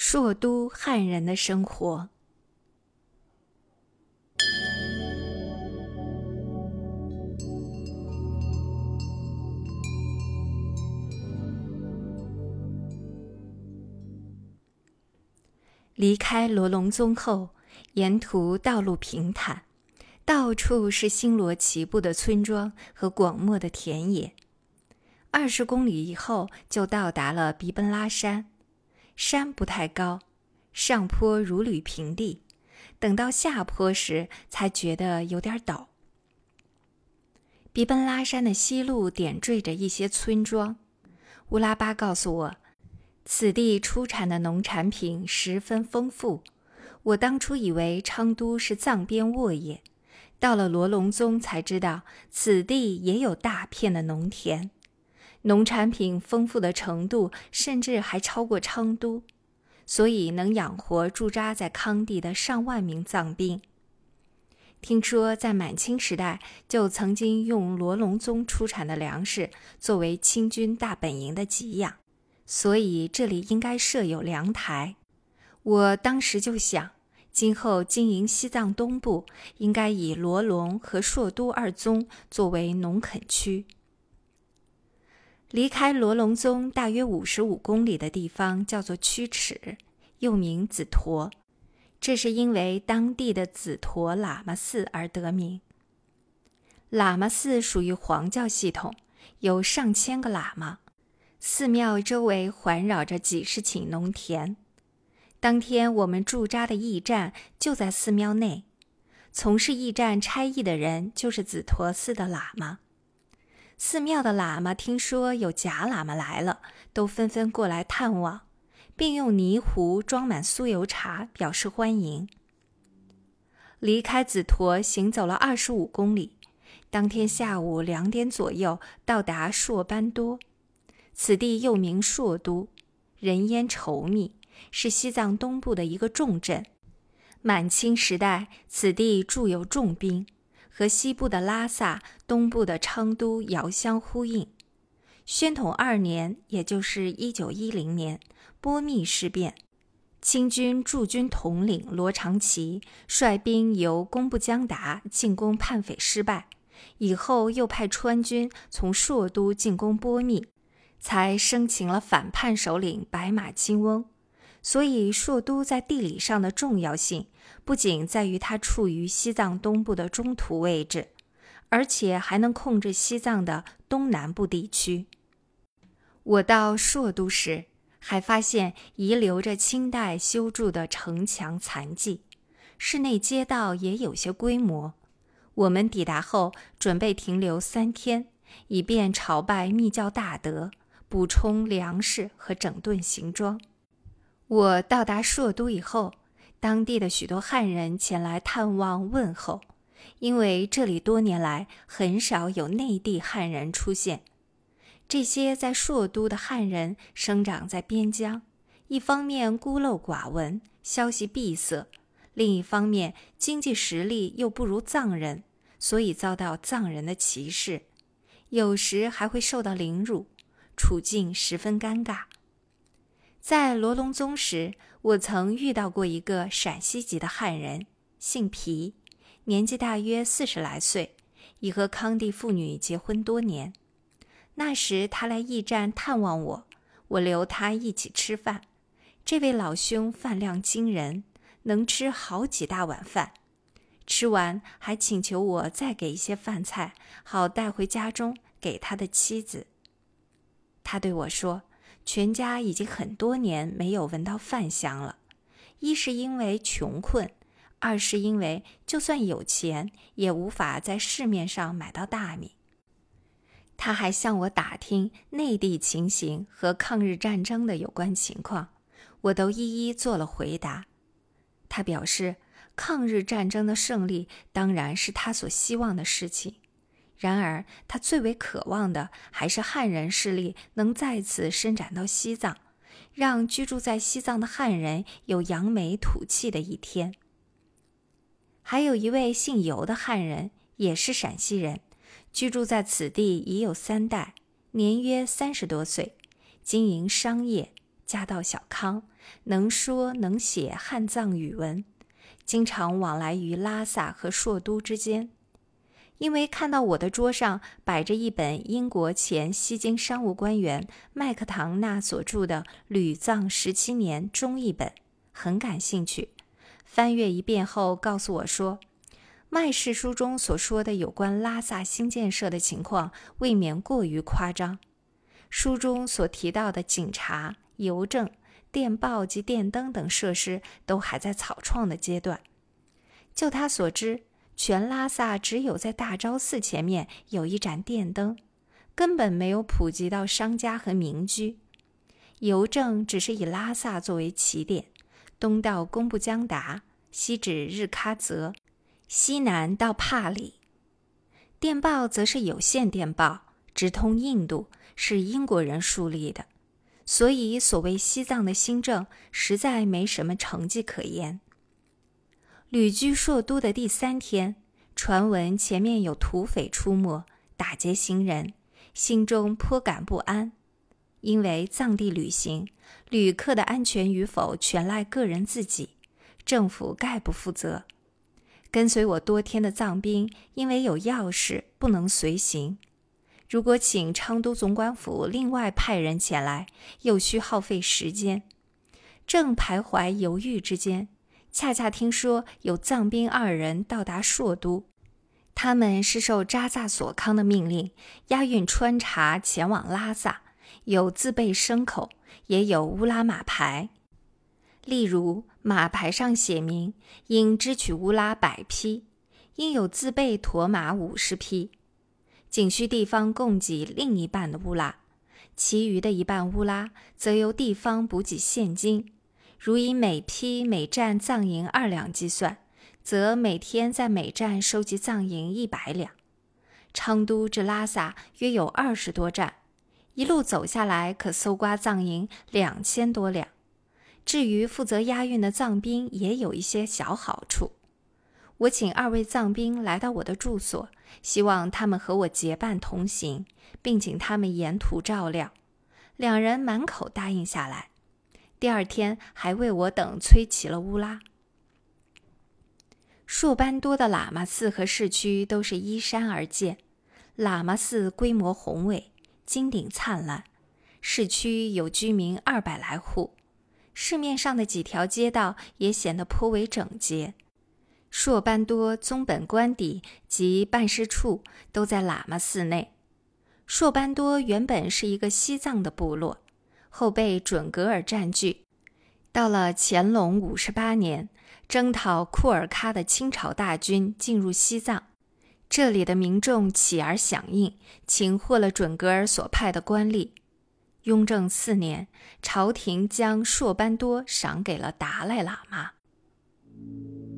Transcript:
朔都汉人的生活。离开罗龙宗后，沿途道路平坦，到处是星罗棋布的村庄和广袤的田野。20公里以后就到达了鼻奔拉山，山不太高，上坡如履平地，等到下坡时才觉得有点陡。鼻奔拉山的西路点缀着一些村庄，乌拉巴告诉我，此地出产的农产品十分丰富。我当初以为昌都是藏边沃野，到了罗龙宗才知道此地也有大片的农田，农产品丰富的程度甚至还超过昌都，所以能养活驻扎在康地的上万名藏兵。听说在满清时代就曾经用罗龙宗出产的粮食作为清军大本营的给养，所以这里应该设有粮台。我当时就想，今后经营西藏东部应该以罗龙和朔都二宗作为农垦区。离开罗龙宗大约55公里的地方叫做曲池，又名紫陀，这是因为当地的紫陀喇嘛寺而得名。喇嘛寺属于黄教系统，有上千个喇嘛，寺庙周围环绕着几十顷农田。当天我们驻扎的驿站就在寺庙内，从事驿站差役的人就是紫陀寺的喇嘛。寺庙的喇嘛听说有假喇嘛来了，都纷纷过来探望，并用泥壶装满酥油茶表示欢迎。离开紫陀行走了25公里，当天下午2点左右到达朔班多。此地又名朔都，人烟稠密，是西藏东部的一个重镇。满清时代，此地驻有重兵，和西部的拉萨、东部的昌都遥相呼应。宣统2年，也就是1910年，波密事变，清军驻军统领罗长琦率兵由工布江达进攻叛匪失败，以后又派川军从朔都进攻波密，才生擒了反叛首领白马金翁。所以朔都在地理上的重要性不仅在于它处于西藏东部的中途位置，而且还能控制西藏的东南部地区。我到朔都时还发现遗留着清代修筑的城墙残迹，市内街道也有些规模。我们抵达后准备停留3天，以便朝拜密教大德，补充粮食和整顿行装。我到达朔都以后，当地的许多汉人前来探望问候，因为这里多年来很少有内地汉人出现。这些在朔都的汉人生长在边疆，一方面孤陋寡闻，消息闭塞，另一方面经济实力又不如藏人，所以遭到藏人的歧视，有时还会受到凌辱，处境十分尴尬。在罗龙宗时，我曾遇到过一个陕西籍的汉人，姓皮，年纪大约40来岁，已和康地妇女结婚多年。那时他来驿站探望我，我留他一起吃饭。这位老兄饭量惊人，能吃好几大碗饭，吃完还请求我再给一些饭菜，好带回家中给他的妻子。他对我说，全家已经很多年没有闻到饭香了，一是因为穷困，二是因为就算有钱，也无法在市面上买到大米。他还向我打听内地情形和抗日战争的有关情况，我都一一做了回答。他表示，抗日战争的胜利当然是他所希望的事情，然而他最为渴望的还是汉人势力能再次伸展到西藏，让居住在西藏的汉人有扬眉吐气的一天。还有一位姓尤的汉人，也是陕西人，居住在此地已有3代，年约30多岁，经营商业，家道小康， 能说能写汉藏语文，经常往来于拉萨和硕都之间。因为看到我的桌上摆着一本英国前西京商务官员麦克唐纳所著的《旅藏17年》中译本，很感兴趣。翻阅一遍后告诉我说，麦氏书中所说的有关拉萨新建设的情况未免过于夸张。书中所提到的警察、邮政、电报及电灯等设施都还在草创的阶段。就他所知，全拉萨只有在大昭寺前面有一盏电灯，根本没有普及到商家和民居。邮政只是以拉萨作为起点，东到工布江达，西至日喀则，西南到帕里。电报则是有线电报，直通印度，是英国人树立的，所以所谓西藏的新政实在没什么成绩可言。旅居硕都的第3天，传闻前面有土匪出没，打劫行人，心中颇感不安。因为藏地旅行，旅客的安全与否全赖个人自己，政府概不负责。跟随我多天的藏兵因为有要事不能随行，如果请昌都总管府另外派人前来，又需耗费时间。正徘徊犹豫之间，恰恰听说有藏兵2人到达硕都，他们是受扎萨索康的命令，押运川茶前往拉萨，有自备牲口，也有乌拉马牌。例如马牌上写明应支取乌拉100匹，应有自备驼马50匹，仅需地方供给另一半的乌拉，其余的一半乌拉则由地方补给现金。如以每批每站藏银2两计算，则每天在每站收集藏银100两。昌都至拉萨约有20多站，一路走下来可搜刮藏银2000多两。至于负责押运的藏兵也有一些小好处。我请2位藏兵来到我的住所，希望他们和我结伴同行，并请他们沿途照料。2人满口答应下来。第2天还为我等催齐了乌拉。硕班多的喇嘛寺和市区都是依山而建，喇嘛寺规模宏伟，金顶灿烂，市区有居民200来户，市面上的几条街道也显得颇为整洁。硕班多宗本官邸及办事处都在喇嘛寺内。硕班多原本是一个西藏的部落，后被准噶尔占据。到了乾隆58年，征讨库尔喀的清朝大军进入西藏，这里的民众起而响应，擒获了准噶尔所派的官吏。雍正4年，朝廷将硕班多赏给了达赖喇嘛。